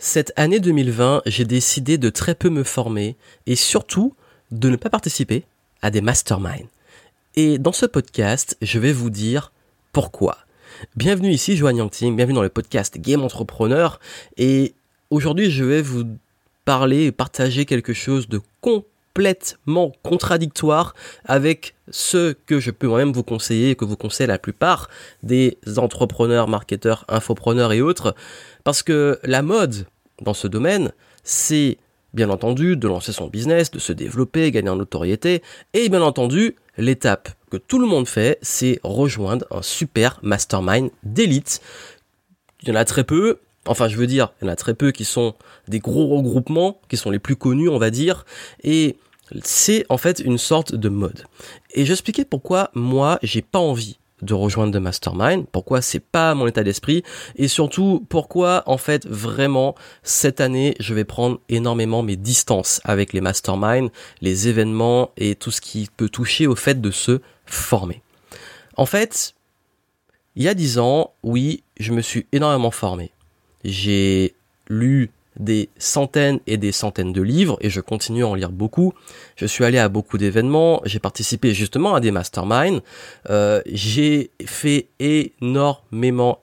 Cette année 2020, j'ai décidé de très peu me former et surtout de ne pas participer à des masterminds. Et dans ce podcast, je vais vous dire pourquoi. Bienvenue ici, Johan Yangting, bienvenue dans le podcast Game Entrepreneur. Et aujourd'hui, je vais vous parler et partager quelque chose de complètement contradictoire avec ce que je peux moi-même vous conseiller et que vous conseille la plupart des entrepreneurs, marketeurs, infopreneurs et autres. Parce que la mode dans ce domaine, c'est bien entendu de lancer son business, de se développer, gagner en notoriété. Et bien entendu, l'étape que tout le monde fait, c'est rejoindre un super mastermind d'élite. Il y en a très peu. Enfin, je veux dire, il y en a très peu qui sont des gros regroupements, qui sont les plus connus, on va dire. Et c'est en fait une sorte de mode. Et j'expliquais pourquoi moi, j'ai pas envie de rejoindre de mastermind, pourquoi c'est pas mon état d'esprit, et surtout pourquoi en fait vraiment cette année je vais prendre énormément mes distances avec les masterminds, les événements et tout ce qui peut toucher au fait de se former. En fait, il y a 10 ans, oui, je me suis énormément formé. J'ai lu des centaines et des centaines de livres et je continue à en lire beaucoup. Je suis allé à beaucoup d'événements, j'ai participé justement à des masterminds, j'ai fait énormément,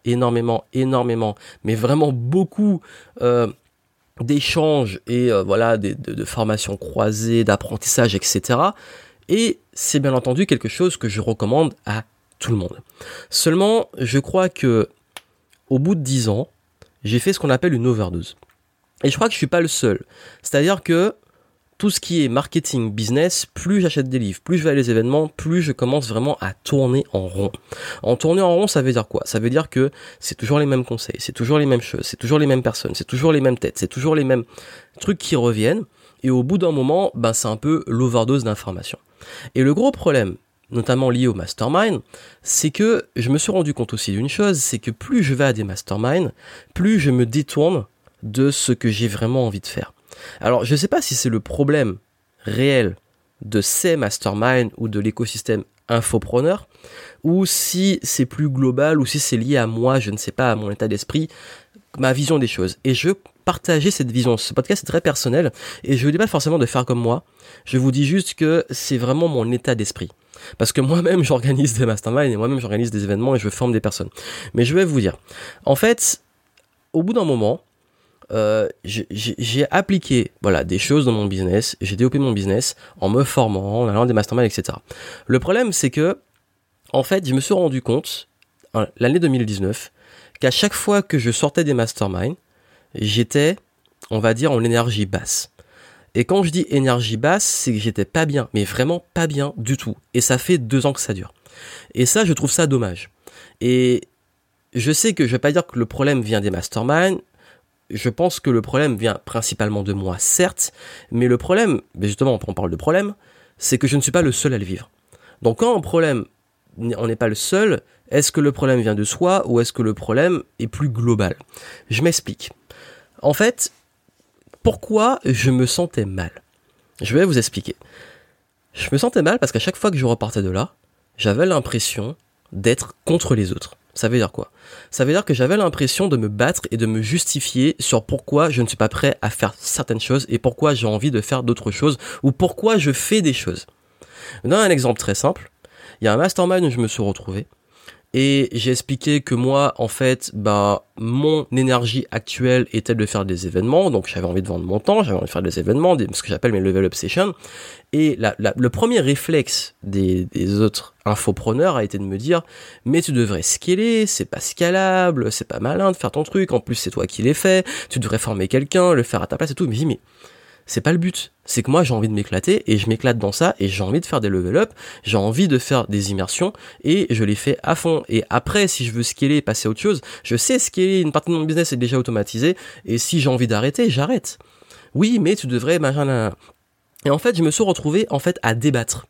mais vraiment beaucoup d'échanges et de formations croisées, d'apprentissage, etc. Et c'est bien entendu quelque chose que je recommande à tout le monde. Seulement, je crois que au bout de 10 ans, j'ai fait ce qu'on appelle une overdose. Et je crois que je suis pas le seul. C'est-à-dire que tout ce qui est marketing, business, plus j'achète des livres, plus je vais à les événements, plus je commence vraiment à tourner en rond. En tourner en rond, ça veut dire quoi ? Ça veut dire que c'est toujours les mêmes conseils, c'est toujours les mêmes choses, c'est toujours les mêmes personnes, c'est toujours les mêmes têtes, c'est toujours les mêmes trucs qui reviennent. Et au bout d'un moment, c'est un peu l'overdose d'informations. Et le gros problème, notamment lié au mastermind, c'est que je me suis rendu compte aussi d'une chose, c'est que plus je vais à des masterminds, plus je me détourne de ce que j'ai vraiment envie de faire. Alors, je ne sais pas si c'est le problème réel de ces masterminds ou de l'écosystème infopreneur, ou si c'est plus global, ou si c'est lié à moi, je ne sais pas, à mon état d'esprit, ma vision des choses. Et je partager cette vision. Ce podcast est très personnel, et je ne vous dis pas forcément de faire comme moi, je vous dis juste que c'est vraiment mon état d'esprit. Parce que moi-même, j'organise des masterminds, et moi-même, j'organise des événements, et je forme des personnes. Mais je vais vous dire, en fait, au bout d'un moment, j'ai appliqué des choses dans mon business, j'ai développé mon business en me formant, en allant à des masterminds, etc. Le problème, c'est que, en fait, je me suis rendu compte, l'année 2019, qu'à chaque fois que je sortais des masterminds, j'étais, on va dire, en énergie basse. Et quand je dis énergie basse, c'est que j'étais pas bien, mais vraiment pas bien du tout. Et ça fait 2 ans que ça dure. Et ça, je trouve ça dommage. Et je sais que je vais pas dire que le problème vient des masterminds. Je pense que le problème vient principalement de moi, certes, mais le problème, justement, on parle de problème, c'est que je ne suis pas le seul à le vivre. Donc quand un problème, on n'est pas le seul, est-ce que le problème vient de soi ou est-ce que le problème est plus global ? Je m'explique. En fait, pourquoi je me sentais mal ? Je vais vous expliquer. Je me sentais mal parce qu'à chaque fois que je repartais de là, j'avais l'impression d'être contre les autres. Ça veut dire quoi ? Ça veut dire que j'avais l'impression de me battre et de me justifier sur pourquoi je ne suis pas prêt à faire certaines choses et pourquoi j'ai envie de faire d'autres choses ou pourquoi je fais des choses. Je donne un exemple très simple. Il y a un mastermind où je me suis retrouvé et j'ai expliqué que moi, en fait, mon énergie actuelle était de faire des événements, donc j'avais envie de vendre mon temps, j'avais envie de faire des événements, ce que j'appelle mes level up sessions. Et le premier réflexe des autres infopreneurs a été de me dire « Mais tu devrais scaler, c'est pas scalable, c'est pas malin de faire ton truc, en plus c'est toi qui l'as fait, tu devrais former quelqu'un, le faire à ta place et tout. » Mais je dis « Mais c'est pas le but, c'est que moi j'ai envie de m'éclater et je m'éclate dans ça et j'ai envie de faire des level up, j'ai envie de faire des immersions et je les fais à fond. Et après, si je veux scaler et passer à autre chose, je sais scaler, une partie de mon business est déjà automatisée et si j'ai envie d'arrêter, j'arrête. Oui, mais tu devrais machin. Et en fait, je me suis retrouvé à débattre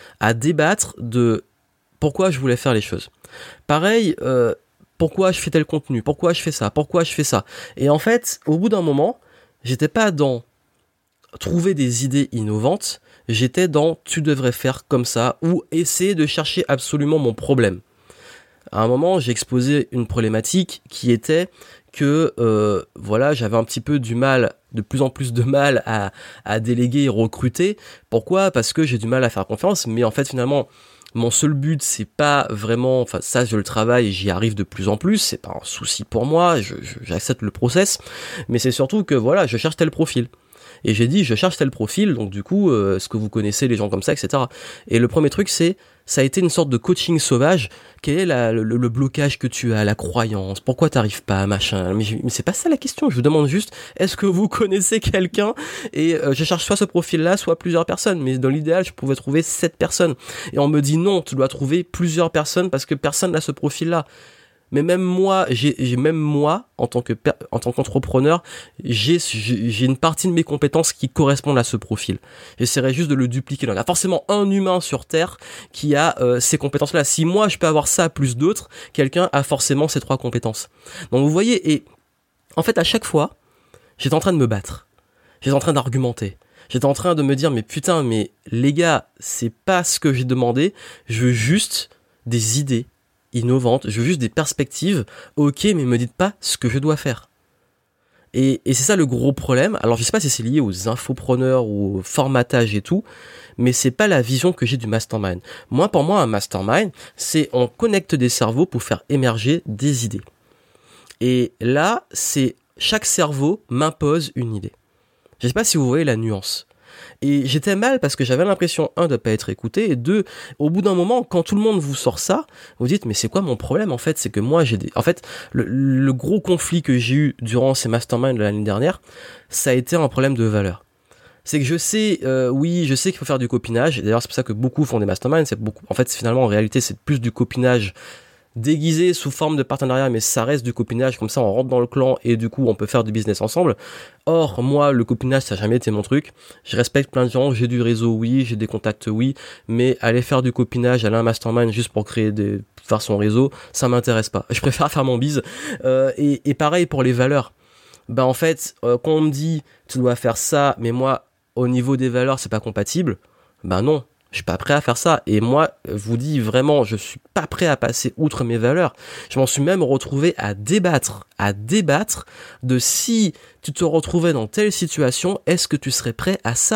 de pourquoi je voulais faire les choses. Pareil, pourquoi je fais tel contenu, pourquoi je fais ça. Et en fait, au bout d'un moment, j'étais pas dans trouver des idées innovantes, j'étais dans tu devrais faire comme ça ou essayer de chercher absolument mon problème. À un moment, j'ai exposé une problématique qui était que voilà, j'avais un petit peu du mal, de plus en plus de mal à déléguer et recruter. Pourquoi ? Parce que j'ai du mal à faire confiance, mais en fait finalement mon seul but c'est pas vraiment, enfin ça je le travaille et j'y arrive de plus en plus, c'est pas un souci pour moi, j'accepte le process, mais c'est surtout que voilà, je cherche tel profil. Et j'ai dit, je cherche tel profil, donc du coup, est-ce que vous connaissez les gens comme ça, etc. Et le premier truc, ça a été une sorte de coaching sauvage. Quel est le blocage que tu as, la croyance, pourquoi t'arrives pas, machin. Mais c'est pas ça la question, je vous demande juste, est-ce que vous connaissez quelqu'un ? Et je cherche soit ce profil-là, soit plusieurs personnes. Mais dans l'idéal, je pouvais trouver 7 personnes. Et on me dit non, tu dois trouver plusieurs personnes parce que personne n'a ce profil-là. Mais même moi, en tant qu'entrepreneur, j'ai une partie de mes compétences qui correspondent à ce profil. J'essaierai juste de le dupliquer. Donc, il y a forcément un humain sur Terre qui a ces compétences-là. Si moi, je peux avoir ça plus d'autres, quelqu'un a forcément ces 3 compétences. Donc, vous voyez, et en fait, à chaque fois, j'étais en train de me battre. J'étais en train d'argumenter. J'étais en train de me dire, mais putain, mais les gars, c'est pas ce que j'ai demandé. Je veux juste des idées innovantes, je veux juste des perspectives, ok, mais me dites pas ce que je dois faire. Et c'est ça le gros problème. Alors je sais pas si c'est lié aux infopreneurs ou au formatage et tout, mais c'est pas la vision que j'ai du mastermind. Pour moi, un mastermind, c'est on connecte des cerveaux pour faire émerger des idées. Et là, c'est chaque cerveau m'impose une idée. Je sais pas si vous voyez la nuance. Et j'étais mal parce que j'avais l'impression, 1, de pas être écouté, et 2, au bout d'un moment, quand tout le monde vous sort ça, vous dites, mais c'est quoi mon problème, en fait? C'est que moi, en fait, le gros conflit que j'ai eu durant ces masterminds de l'année dernière, ça a été un problème de valeur. C'est que je sais qu'il faut faire du copinage, et d'ailleurs, c'est pour ça que beaucoup font des masterminds, en fait, finalement, en réalité, c'est plus du copinage déguisé sous forme de partenariat, mais ça reste du copinage, comme ça on rentre dans le clan et du coup on peut faire du business ensemble. Or moi le copinage ça n'a jamais été mon truc, je respecte plein de gens, j'ai du réseau oui, j'ai des contacts oui, mais aller faire du copinage, aller à un mastermind juste pour faire son réseau, ça m'intéresse pas, je préfère faire mon bise. Et pareil pour les valeurs, en fait quand on me dit tu dois faire ça, mais moi au niveau des valeurs c'est pas compatible, non, je suis pas prêt à faire ça. Et moi, je vous dis vraiment, je suis pas prêt à passer outre mes valeurs. Je m'en suis même retrouvé à débattre de si tu te retrouvais dans telle situation, est-ce que tu serais prêt à ça ?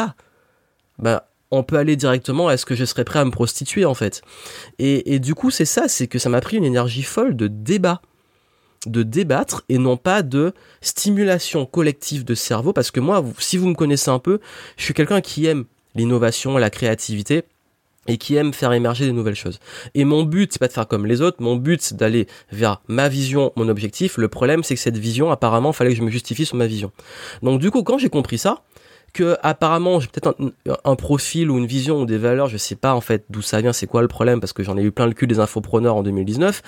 On peut aller directement, est-ce que je serais prêt à me prostituer, en fait ? Et du coup, c'est que ça m'a pris une énergie folle de débattre et non pas de stimulation collective de cerveau, parce que moi, si vous me connaissez un peu, je suis quelqu'un qui aime l'innovation, la créativité, et qui aime faire émerger des nouvelles choses. Et mon but, c'est pas de faire comme les autres, mon but, c'est d'aller vers ma vision, mon objectif. Le problème, c'est que cette vision, apparemment, fallait que je me justifie sur ma vision. Donc du coup, quand j'ai compris ça, que apparemment j'ai peut-être un profil ou une vision ou des valeurs, je sais pas en fait d'où ça vient, c'est quoi le problème, parce que j'en ai eu plein le cul des infopreneurs en 2019,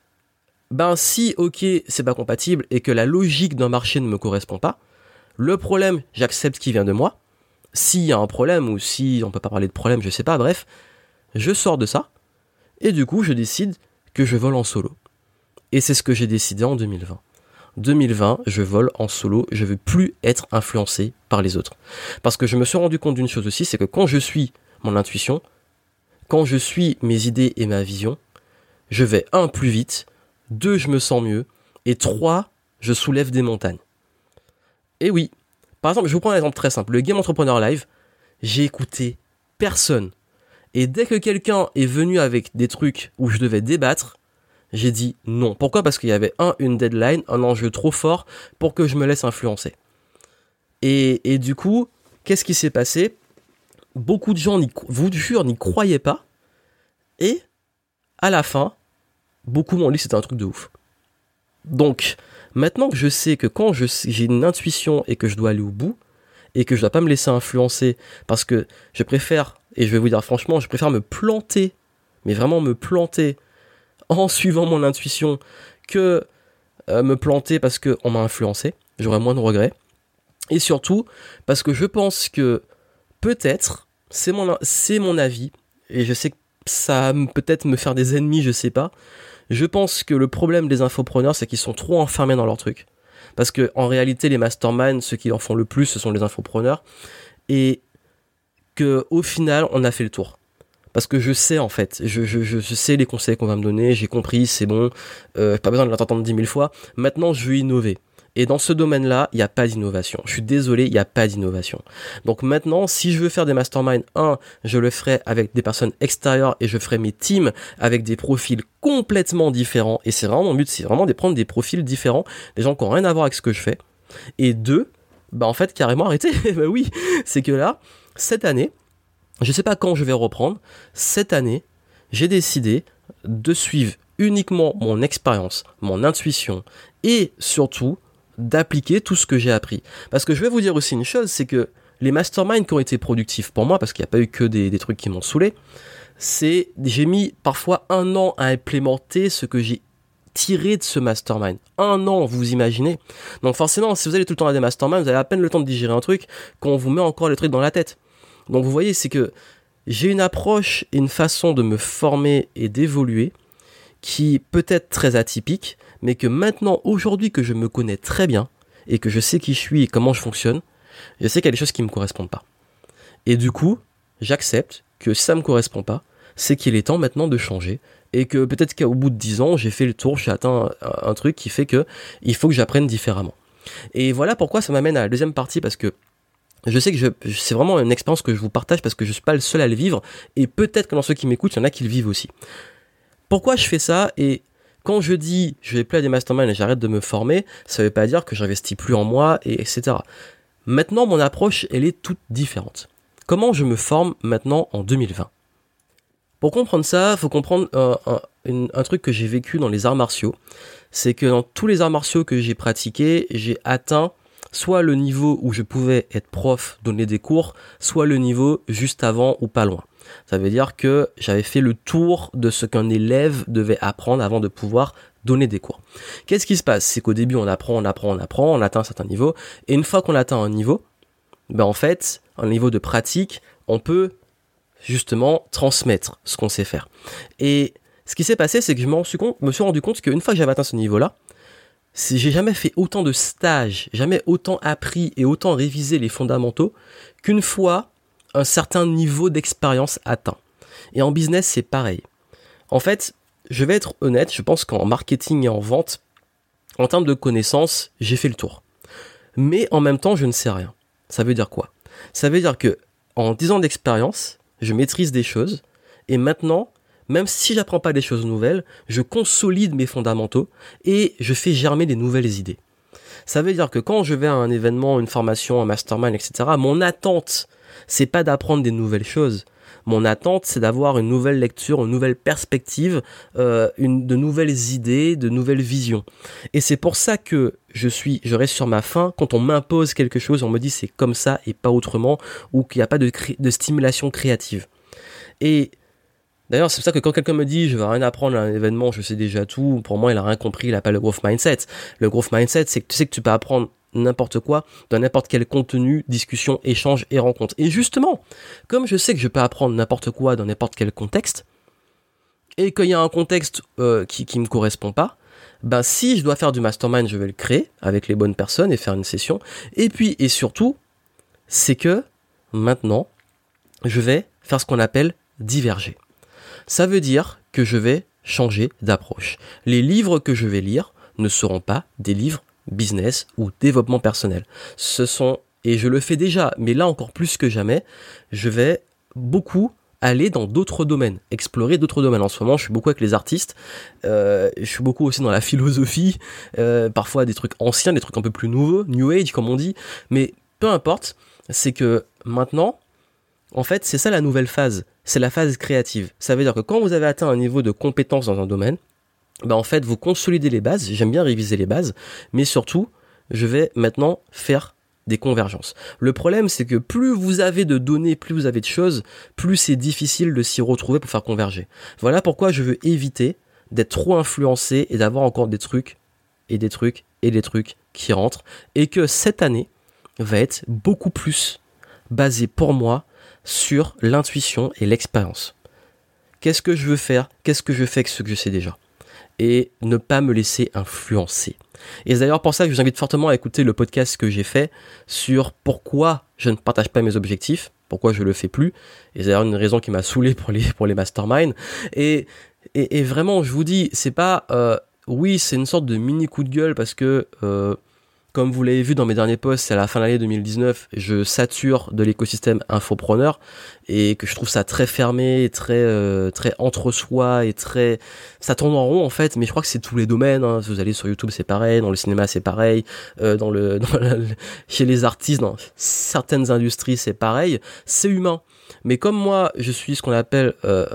si ok, c'est pas compatible, et que la logique d'un marché ne me correspond pas, le problème, j'accepte qu'il vient de moi. S'il y a un problème, ou si on peut pas parler de problème, je sais pas, bref, je sors de ça, et du coup je décide que je vole en solo. Et c'est ce que j'ai décidé en 2020. 2020, je vole en solo, je veux plus être influencé par les autres. Parce que je me suis rendu compte d'une chose aussi, c'est que quand je suis mon intuition, quand je suis mes idées et ma vision, je vais 1, plus vite, 2, je me sens mieux, et 3, je soulève des montagnes. Et oui, par exemple, je vous prends un exemple très simple. Le Game Entrepreneur Live, j'ai écouté personne. Et dès que quelqu'un est venu avec des trucs où je devais débattre, j'ai dit non. Pourquoi ? Parce qu'il y avait une deadline, un enjeu trop fort pour que je me laisse influencer. Et du coup, qu'est-ce qui s'est passé ? Beaucoup de gens, vous jure, n'y croyaient pas. Et à la fin, beaucoup m'ont dit que c'était un truc de ouf. Donc, maintenant que je sais que quand j'ai une intuition et que je dois aller au bout, et que je dois pas me laisser influencer, parce que je préfère, et je vais vous dire franchement, je préfère me planter, mais vraiment me planter en suivant mon intuition que me planter parce qu'on m'a influencé, j'aurai moins de regrets. Et surtout, parce que je pense que peut-être, c'est mon avis, et je sais que ça va peut-être me faire des ennemis, je sais pas. Je pense que le problème des infopreneurs, c'est qu'ils sont trop enfermés dans leur truc. Parce que en réalité, les masterminds, ceux qui en font le plus, ce sont les infopreneurs. Et que au final, on a fait le tour. Parce que je sais en fait, je sais les conseils qu'on va me donner, j'ai compris, c'est bon, pas besoin de l'entendre 10 000 fois. Maintenant, je veux innover. Et dans ce domaine-là, il n'y a pas d'innovation. Je suis désolé, il n'y a pas d'innovation. Donc maintenant, si je veux faire des masterminds, je le ferai avec des personnes extérieures et je ferai mes teams avec des profils complètement différents. Et c'est vraiment mon but, c'est vraiment de prendre des profils différents, des gens qui n'ont rien à voir avec ce que je fais. Et deux, en fait, carrément arrêter. Oui, c'est que là, cette année, je sais pas quand je vais reprendre. Cette année, j'ai décidé de suivre uniquement mon expérience, mon intuition et surtout d'appliquer tout ce que j'ai appris. Parce que je vais vous dire aussi une chose, c'est que les masterminds qui ont été productifs pour moi, parce qu'il n'y a pas eu que des trucs qui m'ont saoulé, j'ai mis parfois 1 an à implémenter ce que j'ai tiré de ce mastermind. 1 an, vous imaginez? Donc forcément, si vous allez tout le temps à des masterminds, vous avez à peine le temps de digérer un truc qu'on vous met encore le truc dans la tête. Donc vous voyez, c'est que j'ai une approche et une façon de me former et d'évoluer qui peut être très atypique, mais que maintenant, aujourd'hui que je me connais très bien et que je sais qui je suis et comment je fonctionne, je sais qu'il y a des choses qui ne me correspondent pas. Et du coup, j'accepte que si ça ne me correspond pas, c'est qu'il est temps maintenant de changer et que peut-être qu'au bout de 10 ans, j'ai fait le tour, j'ai atteint un truc qui fait que il faut que j'apprenne différemment. Et voilà pourquoi ça m'amène à la deuxième partie, parce que je sais que c'est vraiment une expérience que je vous partage parce que je suis pas le seul à le vivre et peut-être que dans ceux qui m'écoutent, il y en a qui le vivent aussi. Pourquoi je fais ça? Et quand je dis je vais plus à des masterminds et j'arrête de me former, ça veut pas dire que j'investis plus en moi, etc. Maintenant, mon approche, elle est toute différente. Comment je me forme maintenant en 2020? Pour comprendre ça, il faut comprendre un truc que j'ai vécu dans les arts martiaux. C'est que dans tous les arts martiaux que j'ai pratiqués, j'ai atteint soit le niveau où je pouvais être prof, donner des cours, soit le niveau juste avant ou pas loin. Ça veut dire que j'avais fait le tour de ce qu'un élève devait apprendre avant de pouvoir donner des cours. Qu'est-ce qui se passe? C'est qu'au début, on apprend, on atteint un certain niveau, et une fois qu'on atteint un niveau, en fait, un niveau de pratique, on peut justement transmettre ce qu'on sait faire. Et ce qui s'est passé, c'est que je me suis rendu compte qu'une fois que j'avais atteint ce niveau-là, j'ai jamais fait autant de stages, jamais autant appris et autant révisé les fondamentaux qu'une fois un certain niveau d'expérience atteint. Et en business, c'est pareil. En fait, je vais être honnête, je pense qu'en marketing et en vente, en termes de connaissances, j'ai fait le tour. Mais en même temps, je ne sais rien. Ça veut dire quoi? Ça veut dire que en 10 ans d'expérience, je maîtrise des choses et maintenant, même si j'apprends pas des choses nouvelles, je consolide mes fondamentaux et je fais germer des nouvelles idées. Ça veut dire que quand je vais à un événement, une formation, un mastermind, etc., mon attente, c'est pas d'apprendre des nouvelles choses. Mon attente, c'est d'avoir une nouvelle lecture, une nouvelle perspective, de nouvelles idées, de nouvelles visions. Et c'est pour ça que je reste sur ma faim. Quand on m'impose quelque chose, on me dit c'est comme ça et pas autrement, ou qu'il n'y a pas de stimulation créative. Et d'ailleurs, c'est pour ça que quand quelqu'un me dit je vais rien apprendre à un événement, je sais déjà tout, pour moi il a rien compris, il a pas le growth mindset. Le growth mindset, c'est que tu sais que tu peux apprendre n'importe quoi, dans n'importe quel contenu, discussion, échange et rencontre. Et justement, comme je sais que je peux apprendre n'importe quoi dans n'importe quel contexte, et qu'il y a un contexte qui me correspond pas, si je dois faire du mastermind, je vais le créer avec les bonnes personnes et faire une session. Et puis, et surtout, c'est que maintenant, je vais faire ce qu'on appelle diverger. Ça veut dire que je vais changer d'approche. Les livres que je vais lire ne seront pas des livres business ou développement personnel. Et je le fais déjà, mais là encore plus que jamais, je vais beaucoup aller dans d'autres domaines, explorer d'autres domaines. En ce moment, je suis beaucoup avec les artistes, je suis beaucoup aussi dans la philosophie, parfois des trucs anciens, des trucs un peu plus nouveaux, New Age comme on dit, mais peu importe, c'est que maintenant, en fait, c'est ça la nouvelle phase, c'est la phase créative. Ça veut dire que quand vous avez atteint un niveau de compétence dans un domaine, en fait, vous consolidez les bases, j'aime bien réviser les bases, mais surtout, je vais maintenant faire des convergences. Le problème, c'est que plus vous avez de données, plus vous avez de choses, plus c'est difficile de s'y retrouver pour faire converger. Voilà pourquoi je veux éviter d'être trop influencé et d'avoir encore des trucs, et des trucs, et des trucs qui rentrent, et que cette année va être beaucoup plus basée pour moi sur l'intuition et l'expérience. Qu'est-ce que je veux faire? Qu'est-ce que je fais avec ce que je sais déjà? Et ne pas me laisser influencer. Et c'est d'ailleurs pour ça que je vous invite fortement à écouter le podcast que j'ai fait sur pourquoi je ne partage pas mes objectifs. pourquoi je le fais plus. Et c'est d'ailleurs une raison qui m'a saoulé pour les masterminds. Et vraiment, je vous dis, c'est pas... oui, c'est une sorte de mini coup de gueule parce que... comme vous l'avez vu dans mes derniers posts, c'est à la fin de l'année 2019, je sature de l'écosystème infopreneur et que je trouve ça très fermé, très entre soi et très, ça tourne en rond en fait. Mais je crois que c'est tous les domaines. Hein. Si vous allez sur YouTube, c'est pareil, dans le cinéma, c'est pareil, chez les artistes, dans certaines industries, c'est pareil. C'est humain. Mais comme moi, je suis ce qu'on appelle,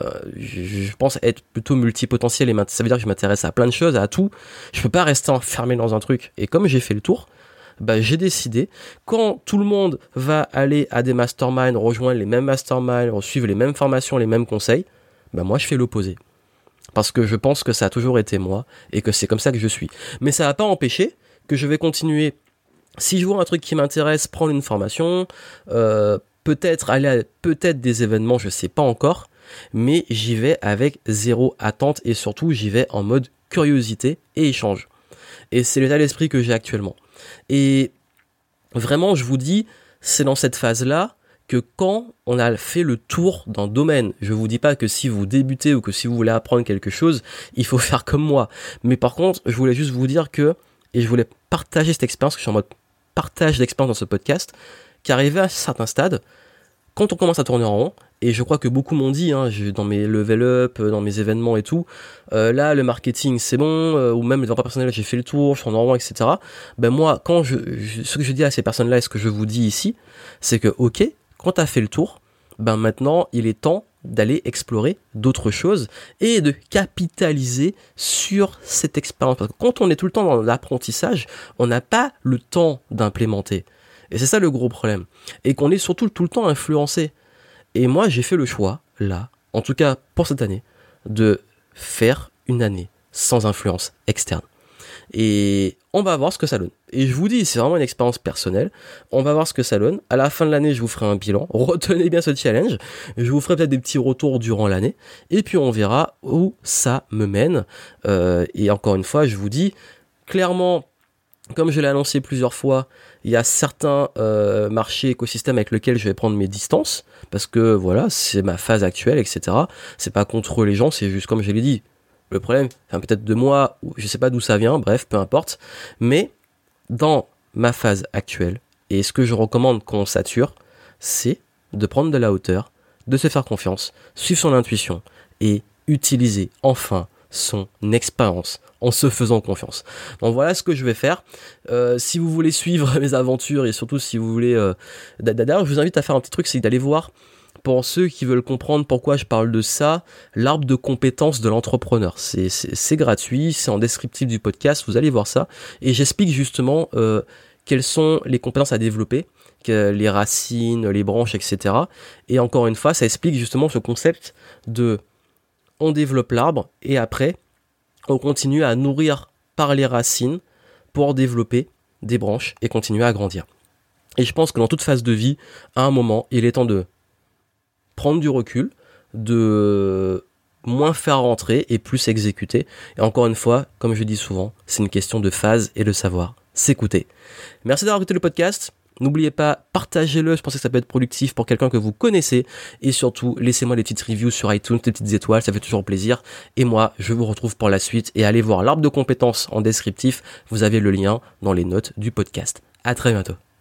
je pense être plutôt multipotentiel et ça veut dire que je m'intéresse à plein de choses, à tout. Je peux pas rester enfermé dans un truc. Et comme j'ai fait le tour, j'ai décidé, quand tout le monde va aller à des masterminds, rejoindre les mêmes masterminds, suivre les mêmes formations, les mêmes conseils, moi je fais l'opposé. Parce que je pense que ça a toujours été moi et que c'est comme ça que je suis. Mais ça va pas empêcher que je vais continuer. Si je vois un truc qui m'intéresse, prendre une formation, peut-être aller à peut-être des événements, je sais pas encore, mais j'y vais avec zéro attente et surtout j'y vais en mode curiosité et échange. Et c'est l'état d'esprit que j'ai actuellement. Et vraiment, je vous dis, c'est dans cette phase-là que quand on a fait le tour d'un domaine, je vous dis pas que si vous débutez ou que si vous voulez apprendre quelque chose, il faut faire comme moi. Mais par contre, je voulais juste vous dire que, et je voulais partager cette expérience, que je suis en mode partage d'expérience dans ce podcast, qu'arrivé à un certain stade, quand on commence à tourner en rond, et je crois que beaucoup m'ont dit, dans mes level up, dans mes événements et tout, là le marketing c'est bon, ou même les emplois personnels j'ai fait le tour, je tourne en rond, etc. Moi, quand ce que je dis à ces personnes-là et ce que je vous dis ici, c'est que ok, quand t'as fait le tour, maintenant il est temps d'aller explorer d'autres choses et de capitaliser sur cette expérience. Parce que quand on est tout le temps dans l'apprentissage, on n'a pas le temps d'implémenter. Et c'est ça le gros problème. Et qu'on est surtout tout le temps influencé. Et moi, j'ai fait le choix, là, en tout cas pour cette année, de faire une année sans influence externe. Et on va voir ce que ça donne. Et je vous dis, c'est vraiment une expérience personnelle. On va voir ce que ça donne. À la fin de l'année, je vous ferai un bilan. Retenez bien ce challenge. Je vous ferai peut-être des petits retours durant l'année. Et puis on verra où ça me mène. Et encore une fois, je vous dis, clairement, comme je l'ai annoncé plusieurs fois, il y a certains marchés, écosystèmes avec lesquels je vais prendre mes distances, parce que voilà, c'est ma phase actuelle, etc. C'est pas contre les gens, c'est juste comme je l'ai dit. Le problème, peut-être de moi, ou je sais pas d'où ça vient, bref, peu importe. Mais dans ma phase actuelle, et ce que je recommande quand on sature, c'est de prendre de la hauteur, de se faire confiance, suivre son intuition et utiliser enfin son expérience en se faisant confiance. Donc voilà ce que je vais faire. Si vous voulez suivre mes aventures et surtout si vous voulez... D'ailleurs, je vous invite à faire un petit truc, c'est d'aller voir, pour ceux qui veulent comprendre pourquoi je parle de ça, l'arbre de compétences de l'entrepreneur. C'est gratuit, c'est en descriptif du podcast, vous allez voir ça. Et j'explique justement quelles sont les compétences à développer, les racines, les branches, etc. Et encore une fois, ça explique justement ce concept de... on développe l'arbre et après, on continue à nourrir par les racines pour développer des branches et continuer à grandir. Et je pense que dans toute phase de vie, à un moment, il est temps de prendre du recul, de moins faire rentrer et plus exécuter. Et encore une fois, comme je dis souvent, c'est une question de phase et de savoir s'écouter. Merci d'avoir écouté le podcast. N'oubliez pas, partagez-le, je pense que ça peut être productif pour quelqu'un que vous connaissez. Et surtout, laissez-moi des petites reviews sur iTunes, des petites étoiles, ça fait toujours plaisir. Et moi, je vous retrouve pour la suite. Et allez voir l'arbre de compétences en descriptif, vous avez le lien dans les notes du podcast. À très bientôt.